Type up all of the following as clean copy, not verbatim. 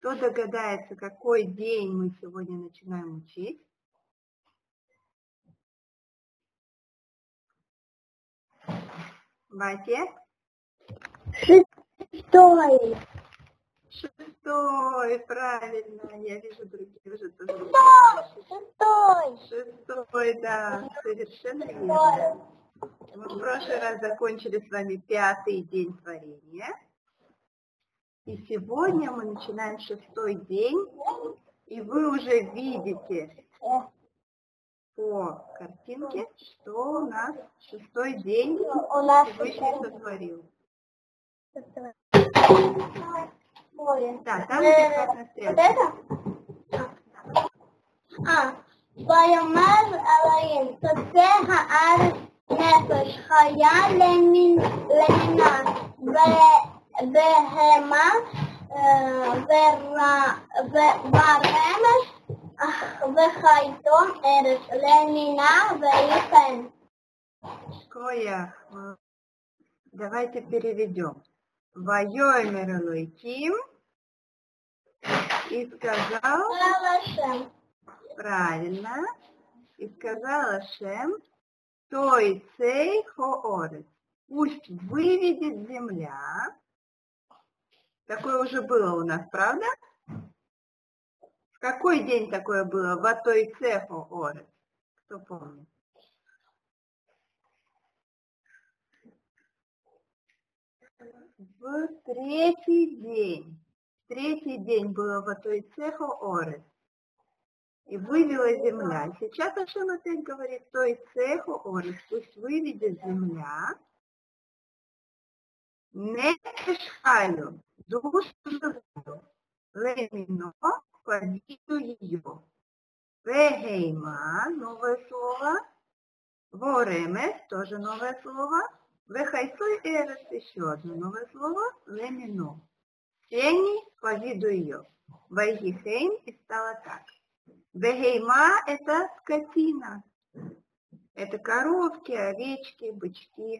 Кто догадается, какой день мы сегодня начинаем учить? Вася? Шестой. Шестой, правильно. Я вижу, другие уже тоже. Шестой, да, совершенно верно. Мы в прошлый раз закончили с вами 5-й день творения. И сегодня мы начинаем 6-й день. И вы уже видите по картинке, что у нас 6-й день Всевышний сотворил. Да, там где красная стрелка. ויאמר אלוהים תוצא הארץ נפש חיה למינה בהמה ורמס וחייתום ארץ למינה ויהי כן. Коях. Давайте переведем. Вайомер Элоким и сказал, правильно, и сказал Ашем, той цей хоорес, пусть выведет земля. Такое уже было у нас, правда? В какой день такое было? Ватой цей хоорес. Кто помнит? В третий день. Третий день было Ватой цей хоорес. И вывела земля. Сейчас Ашем опять говорит, той цеху орис, пусть выведет земля, нефешхаю, душу живую, лемино, по виду ее. Вехейма, новое слово, воремес, тоже новое слово, вехайсой эрес, еще одно новое слово, лемино. Тени по виду ее. Вайгихейм, и стало так. Бехейма – это скотина. Это коровки, овечки, бычки.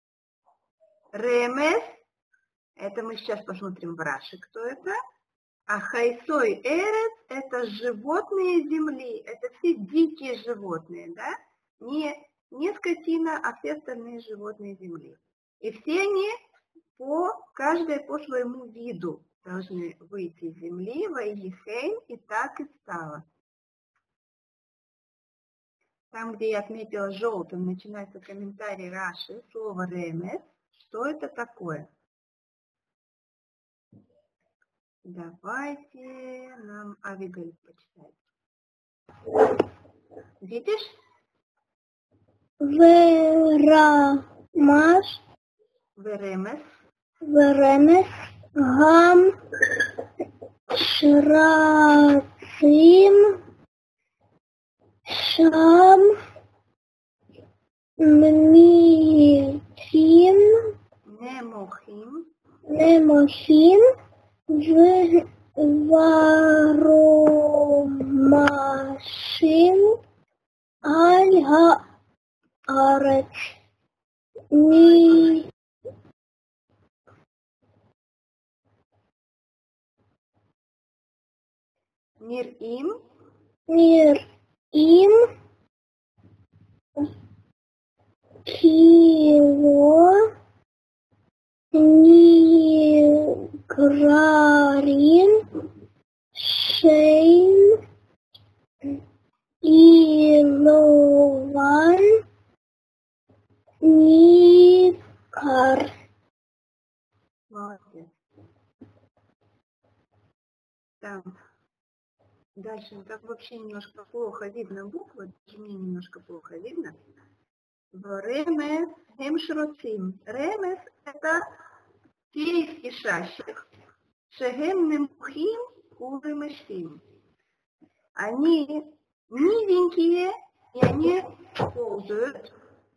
Ремес – это мы сейчас посмотрим в Раши, кто это. А хайсой эрец – это животные земли. Это все дикие животные, да? Не скотина, а все остальные животные земли. И все они каждое по своему виду должны выйти из земли, вайгихейм, и так и стало. Там, где я отметила желтым, начинается комментарий Раши, слово ремес. Что это такое? Давайте нам Авигаль почитает. Видишь? Верамаш. Веремес. Веремес. Гам. Шрацим. Шам, митим, немохим, варомашим, аль-хаарец. Мир-им, кило, ниграрин, шейн, илован, никар. Молодец. Так. Дальше, как вообще немножко плохо видно буквы, даже мне немножко плохо видно. Ремес, хемшроцим. Ремес – это те из кишащих. Шехем немухим, улемешим. Они низенькие, и они ползают.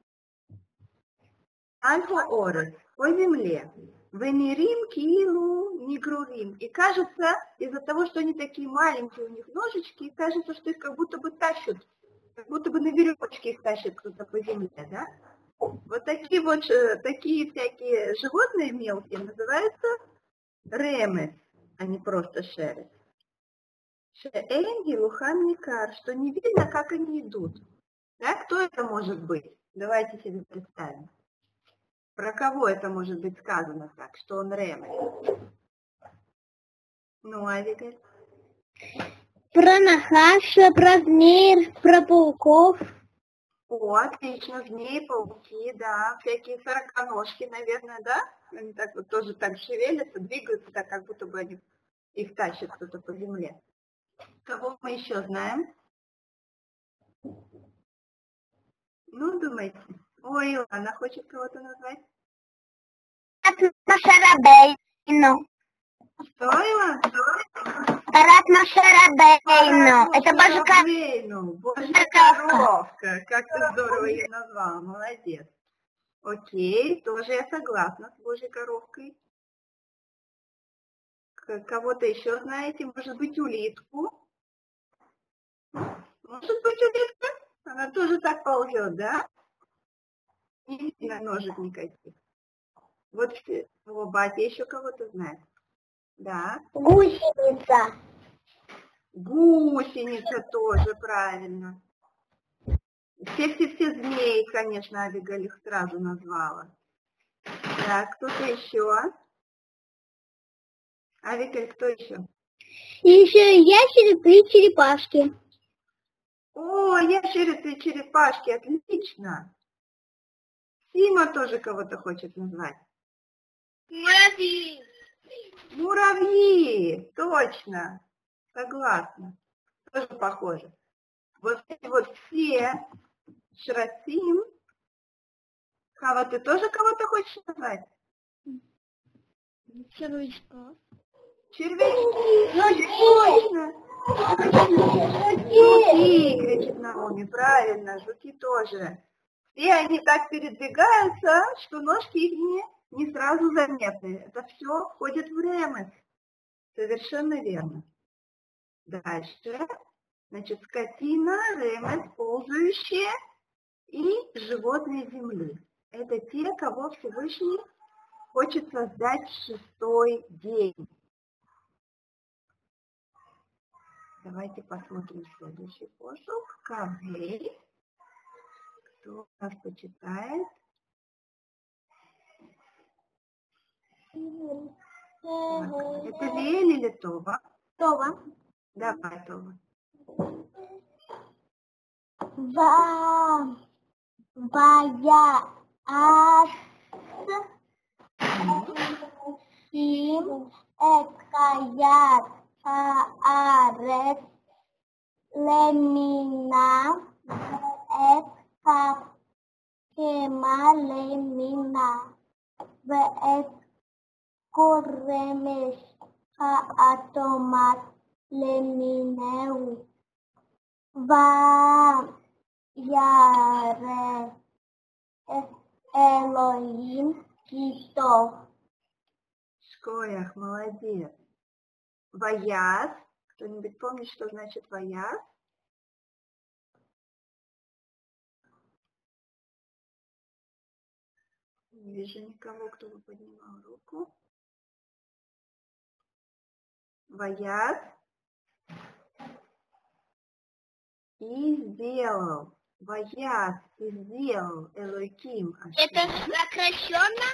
Альфа-орес, по земле. Венерим, килу, нигрурим. И кажется, из-за того, что они такие маленькие, у них ножички, кажется, что их как будто бы тащат, как будто бы на веревочке их тащит кто-то по земле, да? Вот такие всякие животные мелкие называются ремес. а не просто шерец. Шеэн гилухан никар, что не видно, как они идут. Да, кто это может быть? Давайте себе представим. Про кого это может быть сказано так, что он ремес? Ну, Авигаль? Про Нахаша, про змей, про пауков. О, отлично, змеи, пауки, да, всякие сороконожки, наверное, да? Они так вот тоже так шевелятся, двигаются, так как будто бы они, их тащит кто-то по земле. Кого мы еще знаем? Ну, думайте. Ой, она хочет кого-то назвать. Моше Рабейну. Что, Илон? Парад Моше Рабейну. Это божка. Божья коровка. Как ты здорово ее назвала, молодец. Окей, тоже я согласна с Божьей коровкой. Кого-то еще знаете? Может быть, улитку? Может быть, улитка? Она тоже так ползет, да? И на ножек никаких. Вот батя еще кого-то знает. Да. Гусеница. Гусеница тоже, правильно. Все змеи, конечно, Авигаль их сразу назвала. Так, кто-то еще? Авигаль, кто еще? И еще ящерицы и черепашки. О, ящерицы и черепашки, отлично. Сима тоже кого-то хочет назвать. Муравьи. Муравьи, точно. Согласна. Тоже похоже. Вот эти вот все шрацим. Хава, ты тоже кого-то хочешь назвать? Червячка. Червячки, точно. Жуки, кричит Наоми, правильно, жуки тоже. И они так передвигаются, что ножки их не сразу заметны. Это все входит в ремес. Совершенно верно. Дальше. Значит, скотина, ремес, ползающие и животные земли. Это те, кого Всевышний хочет создать в 6-й день. Давайте посмотрим следующий посук. Кавей. Кто у нас почитает? Так, это Лиэль или Това? Това. Давай, Това. Вая Сим Экаят Аарет Лемина Эка Кема Лемина Веэт Коремеш Хаатомат Леминеу Яре Элоим Китов. Шкоях, молодец. Ваяз. Кто-нибудь помнит, что значит ваяз? Не вижу никого, кто бы поднимал руку. Ваяз. И сделал. Ваяз и сделал Элоким. Это сокращенно?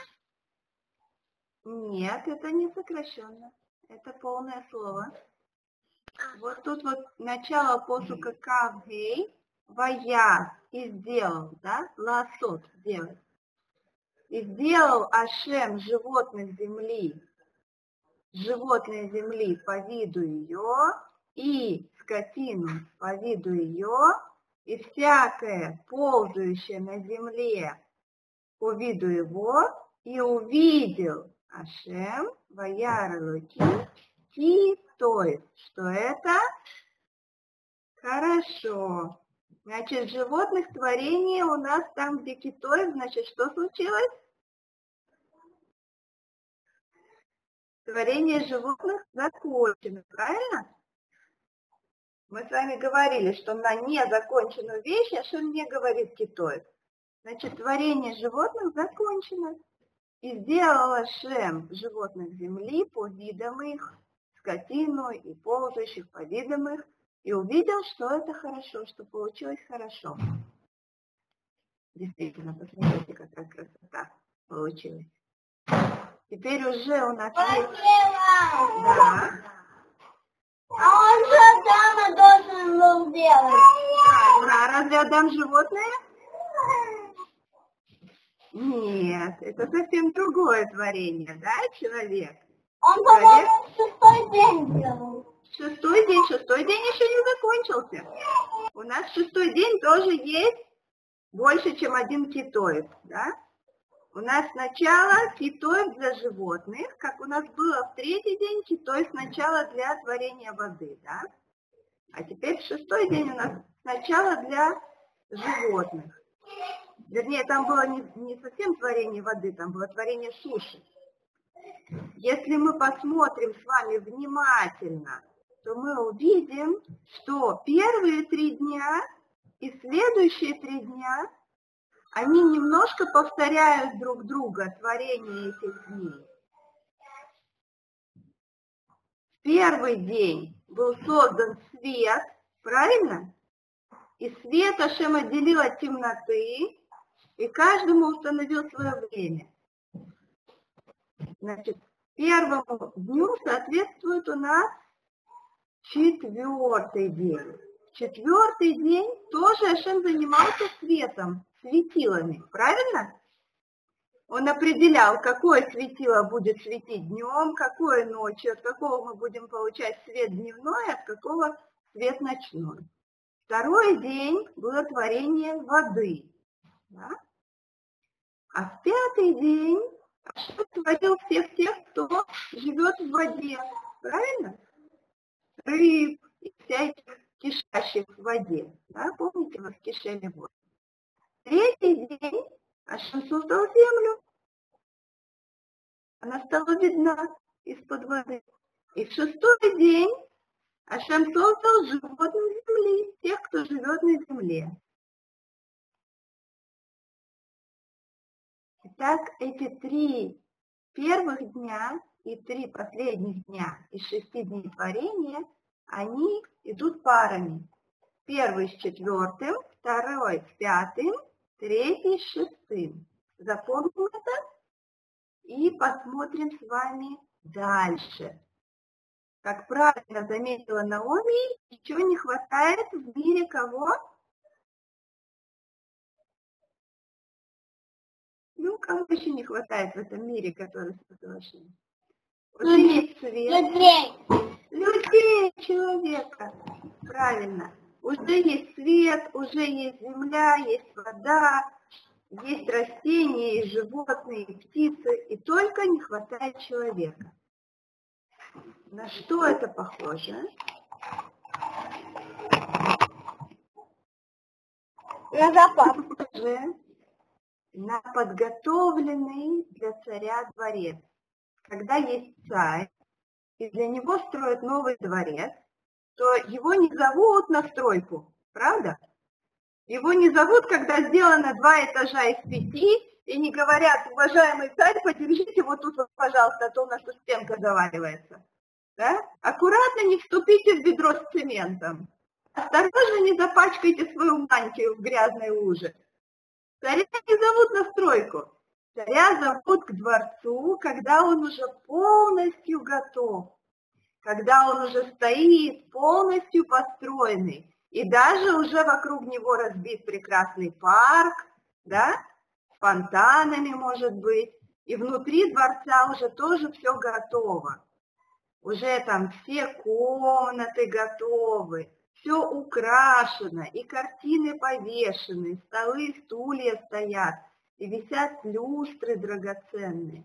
Нет, это не сокращенно. Это полное слово. Вот тут вот начало посука кавгей, ваяз и сделал, да? Ласот делать. И сделал Ашем животных земли, животные земли по виду ее, и скотину по виду ее, и всякое ползающее на земле по виду его, и увидел Ашем ваяр Элоким китоев. Что это? Хорошо. Значит, животных творений у нас там, где китоев, значит, что случилось? Творение животных закончено, правильно? Мы с вами говорили, что на незаконченную вещь Ашем не говорит китоев. Значит, творение животных закончено. И сделал Ашем животных земли по видам их, скотину, и ползающих по видам их, и увидел, что это хорошо, что получилось хорошо. Действительно, посмотрите, какая красота получилась. Теперь уже у нас есть... Да. А он же Адама должен был делать. А разве Адам животное? Нет, это совсем другое творение, да, человек? Он, по-моему, шестой день делал. Шестой день еще не закончился. У нас шестой день тоже есть больше, чем один кетоид, да? У нас сначала кетоид для животных, как у нас было в третий день кетоид сначала для творения воды, да? А теперь шестой день у нас сначала для животных. Вернее, там было не совсем творение воды, там было творение суши. Если мы посмотрим с вами внимательно, то мы увидим, что первые 3 дня и следующие 3 дня, они немножко повторяют друг друга, творение этих дней. В первый день был создан свет, правильно? И свет Ашем отделил от темноты, и каждому установил свое время. Значит, первому дню соответствует у нас 4-й день. В 4-й день тоже Ашем занимался светом, светилами, правильно? Он определял, какое светило будет светить днем, какое ночью, от какого мы будем получать свет дневной, от какого свет ночной. 2-й день было творение воды. Да? А в 5-й день Ашем творил всех тех, кто живет в воде. Правильно? Рыб и всяких кишащих в воде. Да? Помните, вы кишели воду. 3-й день Ашем создал землю. Она стала видна из-под воды. И в 6-й день Ашем создал животных земли, тех, кто живет на земле. Итак, эти 3 первых дня и 3 последних дня из 6 дней творения, они идут парами. Первый с 4-м, 2-й с 5-м, 3-й с 6-м. Запомним это и посмотрим с вами дальше. Как правильно заметила Наоми, ничего не хватает в мире кого? Ну, кого еще не хватает в этом мире, который создал Ашем? Уже есть свет. Людей, человека. Правильно. Уже есть свет, уже есть земля, есть вода, есть растения, и животные, и птицы. И только не хватает человека. На что это похоже? На запас. На подготовленный для царя дворец. Когда есть царь, и для него строят новый дворец, то его не зовут на стройку, правда? Его не зовут, когда сделано 2 этажа из 5, и не говорят: уважаемый царь, подержите вот тут, вот, пожалуйста, а то у нас тут стенка заваливается. Да? Аккуратно не вступите в ведро с цементом. Осторожно, не запачкайте свою мантию в грязной луже. Царя не зовут на стройку. Царя зовут к дворцу, когда он уже полностью готов, когда он уже стоит полностью построенный, и даже уже вокруг него разбит прекрасный парк, да, с фонтанами, может быть, и внутри дворца уже тоже все готово. Уже там все комнаты готовы, все украшено, и картины повешены, столы, стулья стоят, и висят люстры драгоценные.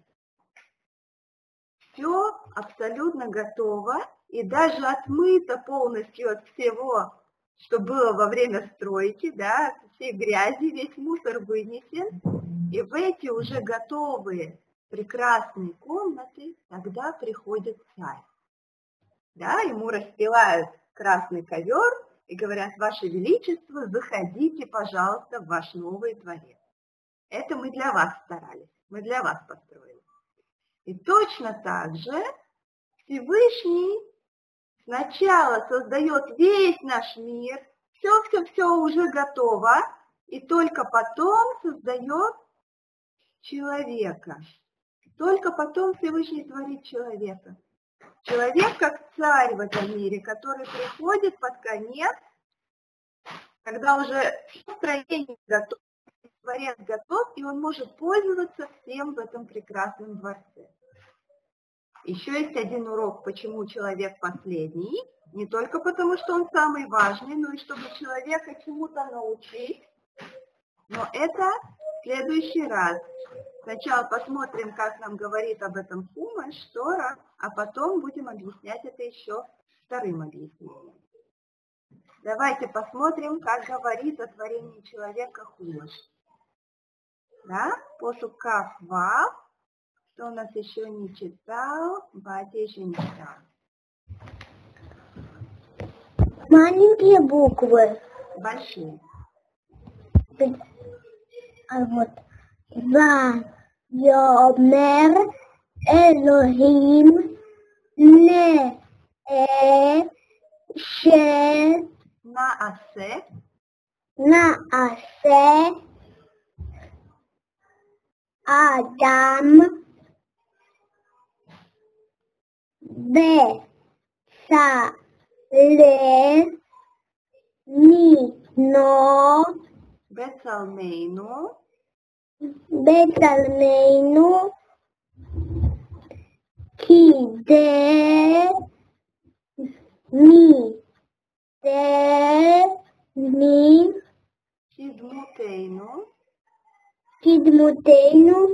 Все абсолютно готово, и даже отмыто полностью от всего, что было во время стройки, да, от всей грязи, весь мусор вынесен, и в эти уже готовые прекрасные комнаты тогда приходит царь. Да, ему расстилают красный ковер и говорят: Ваше Величество, заходите, пожалуйста, в ваш новый дворец. Это мы для вас старались, мы для вас построили. И точно так же Всевышний сначала создает весь наш мир, все уже готово, и только потом создает человека. Только потом Всевышний творит человека. Человек как царь в этом мире, который приходит под конец, когда уже строение готово, дворец готов, и он может пользоваться всем в этом прекрасном дворце. Еще есть один урок, почему человек последний. Не только потому, что он самый важный, но и чтобы человека чему-то научить. Но это в следующий раз. Сначала посмотрим, как нам говорит об этом Хумаш, Тора, а потом будем объяснять это еще вторым объяснением. Давайте посмотрим, как говорит о творении человека Хумаш. Да? Посук Кав Вав. Что у нас еще не читал? Батя еще не читал. Маленькие буквы. Большие. А вот. Вайомер Элохим Наасе Адам Бецалмейну Кидмутейну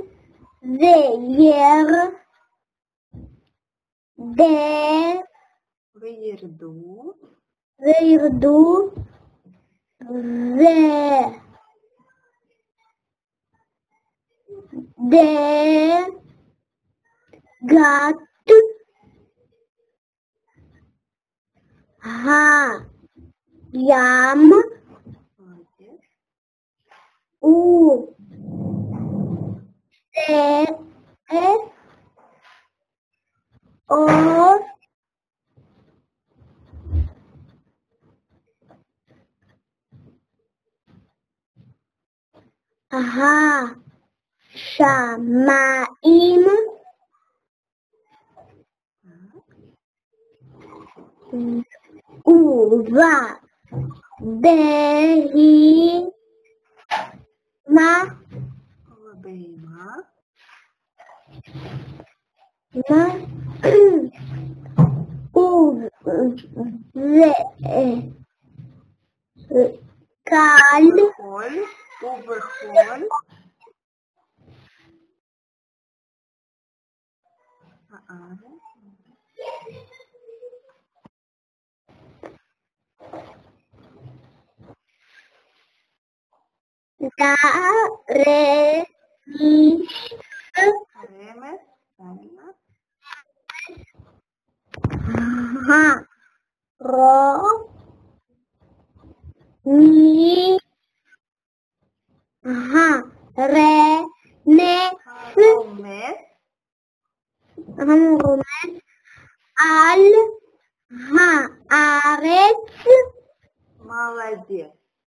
Вейрду Гат Ям О Шамаим Ува Бейма Увехоль. Ремес. Молодец.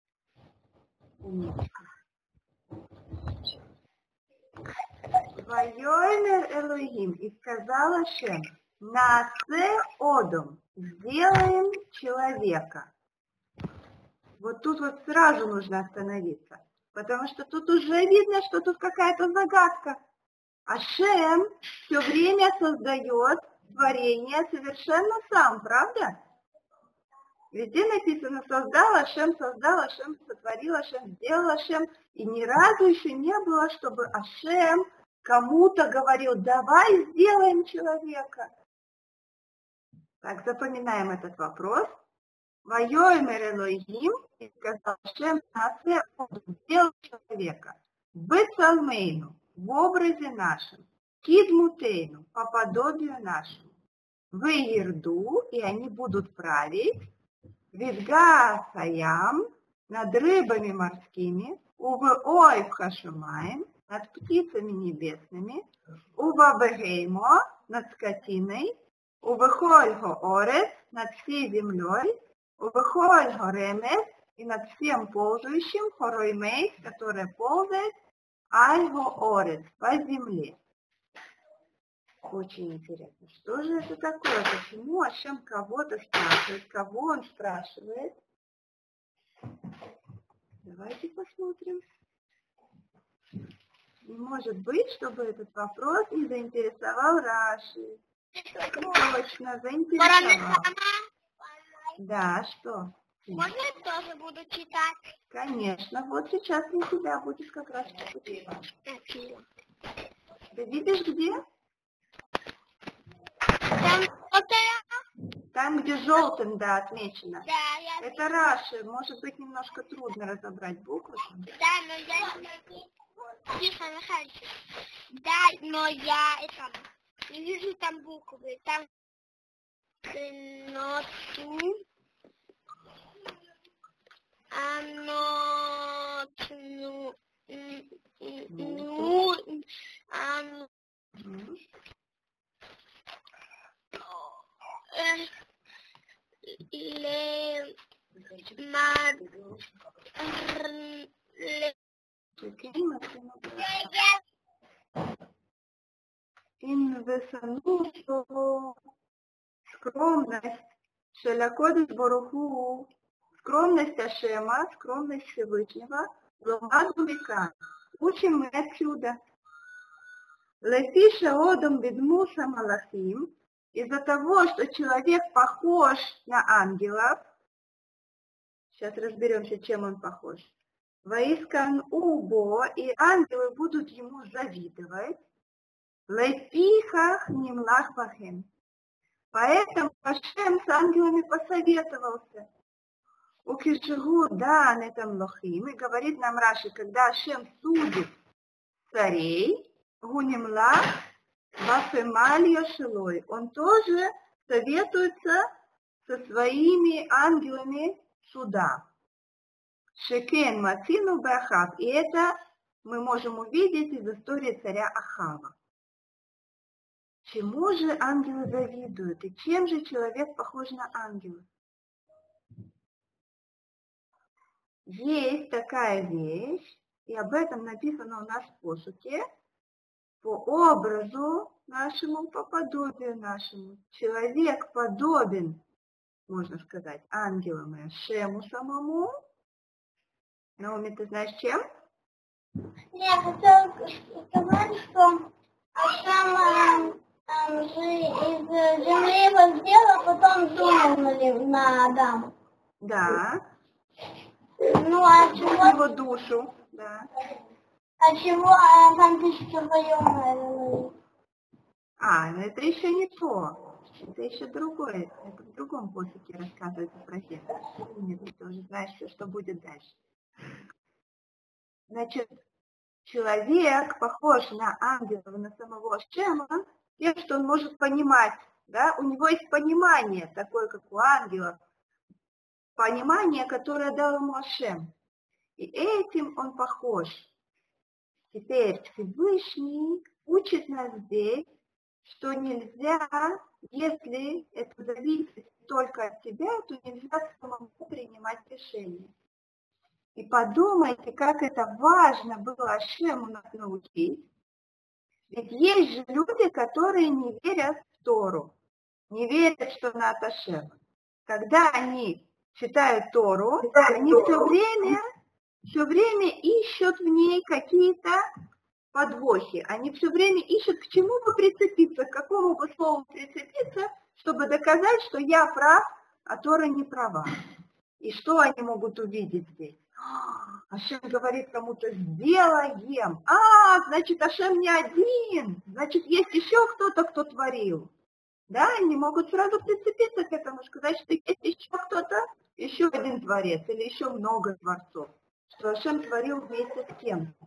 Вайомер Элохим, и сказал Ашем, Наасе Одом, сделаем человека. Вот тут вот сразу нужно остановиться, потому что тут уже видно, что тут какая-то загадка. Ашем все время создает творение совершенно сам, правда? Везде написано создал Ашем, сотворил Ашем, сделал Ашем. И ни разу еще не было, чтобы Ашем кому-то говорил, давай сделаем человека. Так, запоминаем этот вопрос. Вайомер Элохим, и сказал Ашем, Наасе Одом, сделал человека. Бецалмейну, в образе нашем. Кидмутейну, по подобию нашему. Вейрду, и они будут править. Видга Саям, над рыбами морскими, Ой Хашумаем, над птицами небесными, Бегеймо, над скотиной, Увехоль гоорец, над всей землей, увехоль горемес, и над всем ползающим, хороймейс, который ползает, аль гоорец, по земле. Очень интересно. Что же это такое? Почему Ашем кого-то спрашивает? Кого он спрашивает? Давайте посмотрим. Не может быть, чтобы этот вопрос не заинтересовал Раши. Точно, заинтересовал. Да, что? Можно я тоже буду читать? Конечно, вот сейчас для тебя будешь как раз читать. Ты видишь где? Там, где желтым, да, отмечено. Да, я... Это Раши. Может быть, немножко трудно разобрать буквы. Да, но я... Тихо, Михайлович. Да, но я не вижу там буквы. Там... Ноту. Ноту. Скромность, Шелякодыш Баруху, скромность Ашема, скромность Всевышнего, Ломаду Мика. Учим мы отсюда. Лефиша одам бедмуса малахим, из-за того, что человек похож на ангелов, сейчас разберемся, чем он похож. Ваискан убо, и ангелы будут ему завидовать. Лефихах нимлах бахем. Поэтому Ашем с ангелами посоветовался. У Кишигу дан этом лохим, и говорит нам Раши, когда Ашем судит царей, гунимлах бафемаль йошилой, он тоже советуется со своими ангелами суда. Шекен мацину бахав, и это мы можем увидеть из истории царя Ахава. Чему же ангелы завидуют? И чем же человек похож на ангела? Есть такая вещь, и об этом написано у нас в посуке, по образу нашему, по подобию нашему. Человек подобен, можно сказать, ангелам и Ашему самому. Наоми, ты знаешь чем? Я хотела сказать, что Ашем из земли его сделал, потом думал на Адама. Да. Ну, а чего? Его душу, да. А чего там пишется вдвоем? Но это еще не то. Это еще другое. Это в другом посоке рассказывается про это. Нет, ты уже знаешь все, что будет дальше. Значит, человек похож на ангела, на самого Ашема, тем, что он может понимать, да, у него есть понимание, такое, как у ангелов, понимание, которое дал ему Ашем. И этим он похож. Теперь Всевышний учит нас здесь, что нельзя, если это зависит только от тебя, то нельзя самому принимать решения. И подумайте, как это важно было Ашему нас научить. Ведь есть же люди, которые не верят в Тору, не верят, что она от Ашема. Когда они читают Тору, они все время ищут в ней какие-то подвохи. Они все время ищут, к чему бы прицепиться, к какому бы слову прицепиться, чтобы доказать, что я прав, а Тора не права. И что они могут увидеть здесь? Ашем говорит кому-то: сделаем. Значит, Ашем не один. Значит, есть еще кто-то, кто творил. Да, они могут сразу прицепиться к этому, сказать, что есть еще кто-то, еще один творец или еще много творцов. Что Ашем творил вместе с кем-то.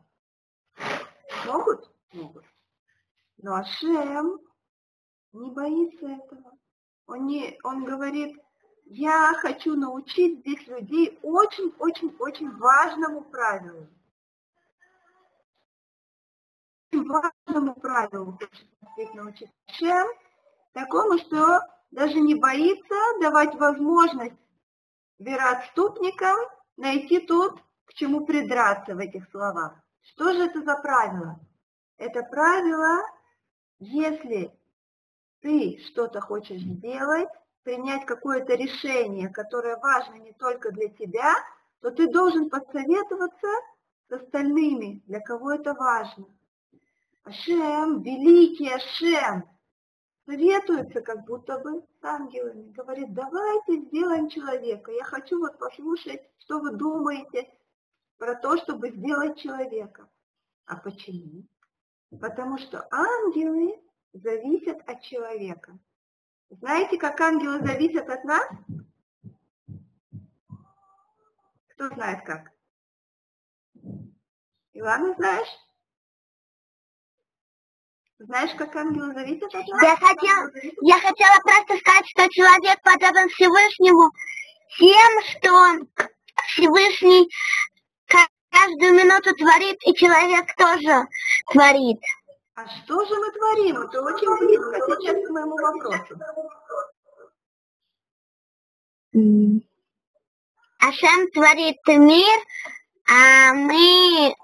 Могут? Могут. Но Ашем не боится этого. Он говорит: я хочу научить здесь людей очень-очень-очень важному правилу. Очень важному правилу хочет научить Ашем, такому, что даже не боится давать возможность вероотступникам найти тут, к чему придраться в этих словах. Что же это за правило? Это правило, если ты что-то хочешь сделать, принять какое-то решение, которое важно не только для тебя, то ты должен посоветоваться с остальными, для кого это важно. Ашем, великий Ашем, советуется как будто бы с ангелами, говорит, давайте сделаем человека, я хочу вот послушать, что вы думаете про то, чтобы сделать человека. А почему? Потому что ангелы зависят от человека. Знаете, как ангелы зависят от нас? Кто знает как? Илана, знаешь? Знаешь, как ангелы зависят от нас? Я хотела просто сказать, что человек подобен Всевышнему тем, что Всевышний каждую минуту творит, и человек тоже творит. А что же мы творим? Это очень близко сейчас к моему вопросу. Ашем творит мир, а мы...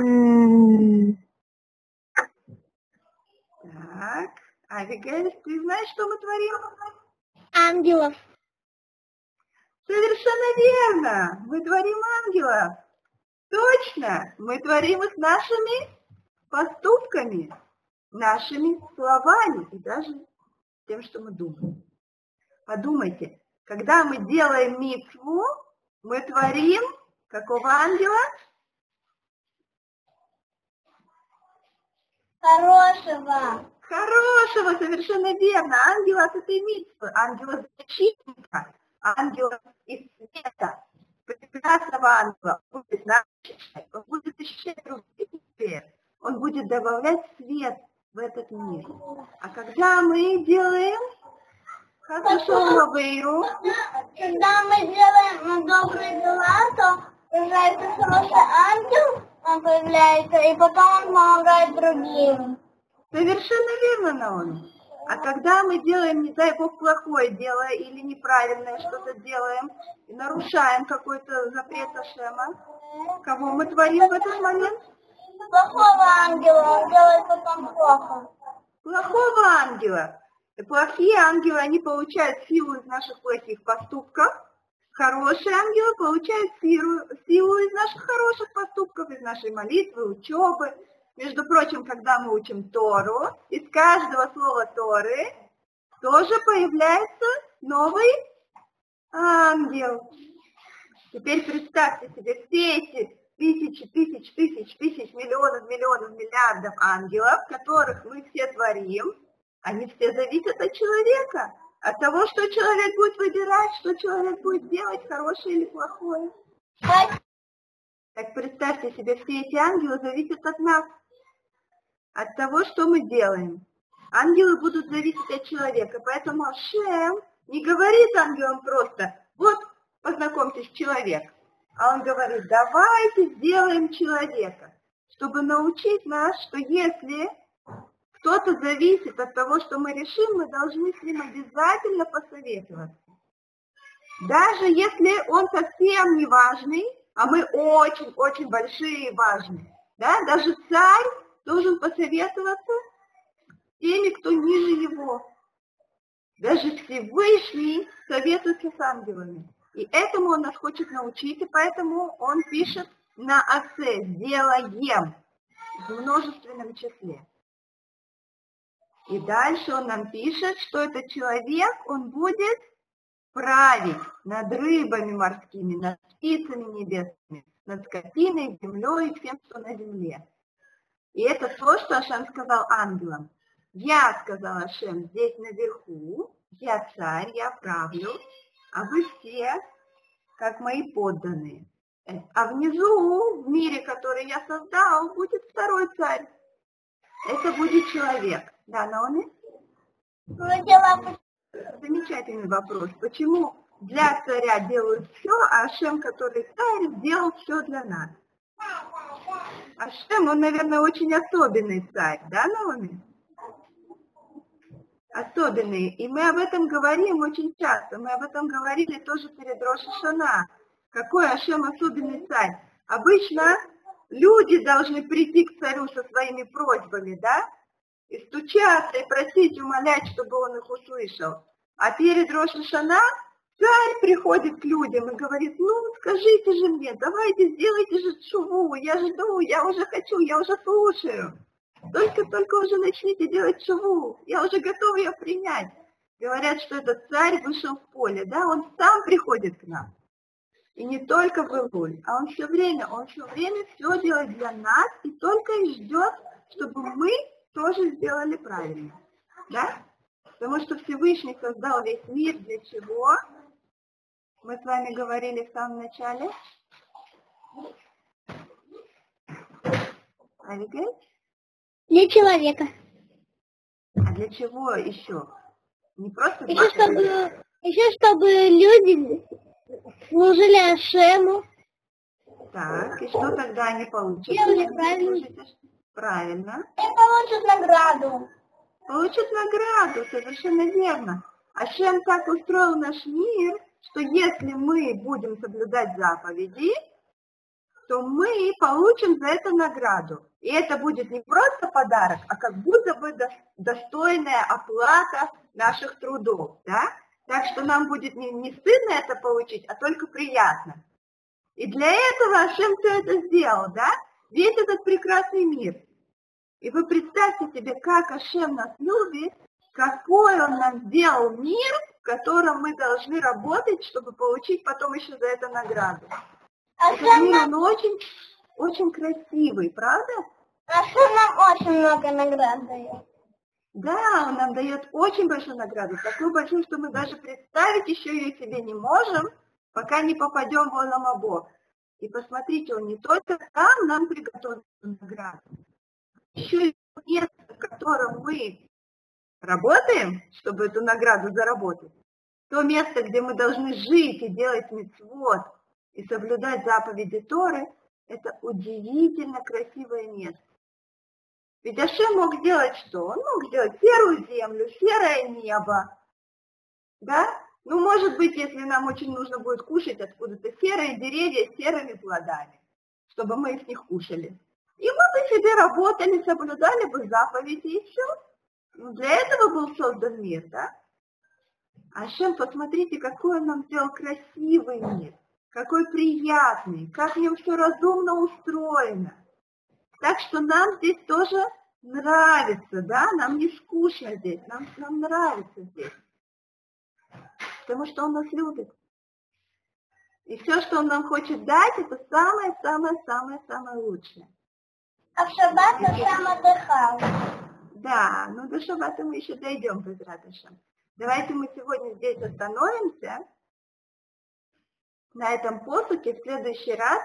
Так, Авигель, ты знаешь, что мы творим? Ангелов. Совершенно верно. Мы творим ангелов. Точно. Мы творим их нашими поступками, нашими словами и даже тем, что мы думаем. Подумайте, когда мы делаем мицву, мы творим какого ангела? Хорошего. Хорошего, совершенно верно. Ангела от этой мицвы, ангела защитника, ангела из света, прекрасного ангела. Он будет защищать других, он будет добавлять свет в этот мир. А когда мы делаем хорошо вейру, Когда мы делаем добрые дела, то появляется хороший ангел, он появляется, и потом он помогает другим. совершенно верно, Наоми. А когда мы делаем, не дай Бог, плохое дело или неправильное что-то делаем, и нарушаем какой-то запрет Ашема, кого мы творим в этот момент? Плохого ангела, он делает потом плохо. Плохого ангела. И плохие ангелы, они получают силу из наших плохих поступков. Хорошие ангелы получают силу из наших хороших поступков, из нашей молитвы, учебы. Между прочим, когда мы учим Тору, из каждого слова Торы тоже появляется новый ангел. Теперь представьте себе все эти тысяч, миллионов, миллиардов ангелов, которых мы все творим, они все зависят от человека, от того, что человек будет выбирать, что человек будет делать, хорошее или плохое. Так представьте себе, все эти ангелы зависят от нас, от того, что мы делаем. Ангелы будут зависеть от человека, поэтому Ашем не говорит ангелам просто, вот познакомьтесь с человеком, а он говорит, давайте сделаем человека, чтобы научить нас, что если кто-то зависит от того, что мы решим, мы должны с ним обязательно посоветоваться. Даже если он совсем не важный, а мы очень большие и важные. Да? Даже царь должен посоветоваться с теми, кто ниже его. Даже Всевышний советуется с ангелами. И этому он нас хочет научить, и поэтому он пишет на асе, сделаем, в множественном числе. И дальше он нам пишет, что этот человек, он будет править над рыбами морскими, над птицами небесными, над скотиной, землей и всем, что на земле. И это то, что Ашем сказал ангелам. Я, сказал Ашем, здесь наверху, я царь, я правлю, а вы все, как мои подданные. А внизу, в мире, который я создал, будет второй царь. Это будет человек. Да, Наоми? Замечательный вопрос. Почему для царя делают все, а Ашем, который царь, сделал все для нас? Ашем, он, наверное, очень особенный царь, да, Наоми? особенные. И мы об этом говорим очень часто. Мы об этом говорили тоже перед Рош ха-Шана. Какой Ашем особенный царь. Обычно люди должны прийти к царю со своими просьбами, да? И стучаться, и просить, умолять, чтобы он их услышал. А перед Рош ха-Шана царь приходит к людям и говорит: ну, скажите же мне, давайте, сделайте же тшуву, я жду, я уже хочу, я уже слушаю. Только уже начните делать тшуву, я уже готова ее принять. Говорят, что этот царь вышел в поле, да, он сам приходит к нам. И не только в Илуль, а он все время все делает для нас и только и ждет, чтобы мы тоже сделали правильно. Да? Потому что Всевышний создал весь мир для чего? Мы с вами говорили в самом начале. Авигель? Для человека. А для чего еще? Не просто для Еще чтобы люди служили Ашему. Так, и что тогда они получат? Делали правильно. Правильно. И получат награду. Получат награду, совершенно верно. Ашем так устроил наш мир, что если мы будем соблюдать заповеди, то мы получим за это награду. И это будет не просто подарок, а как будто бы достойная оплата наших трудов. Да? Так что нам будет не стыдно это получить, а только приятно. И для этого Ашем все это сделал, да? Весь этот прекрасный мир. И вы представьте себе, как Ашем нас любит, какой Он нам сделал мир, в котором мы должны работать, чтобы получить потом еще за это награду. Этот мир, он очень, очень красивый, правда? Ашем нам очень много наград дает. Да, Он нам дает очень большую награду, такую большую, что мы даже представить еще ее себе не можем, пока не попадем в Олам Або. И посмотрите, Он не только там нам приготовил награду, еще и место, в котором мы работаем, чтобы эту награду заработать, то место, где мы должны жить и делать мицвот, и соблюдать заповеди Торы, это удивительно красивое место. Ведь Ашем мог сделать что? Он мог сделать серую землю, серое небо, да? Ну, может быть, если нам очень нужно будет кушать откуда-то серые деревья с серыми плодами, чтобы мы с них кушали. И мы бы себе работали, соблюдали бы заповеди, и все. Ну, для этого был создан мир, да? Ашем, посмотрите, какой он нам сделал красивый мир, какой приятный, как в нем все разумно устроено. Так что нам здесь тоже нравится, да? Нам не скучно здесь, нам нравится здесь. Потому что он нас любит. И все, что он нам хочет дать, это самое-самое-самое-самое лучшее. А в шаббат Ашем отдыхал. Да, ну до шаббата мы еще дойдем, Безрат Ашем. Давайте мы сегодня здесь остановимся на этом посуке. В следующий раз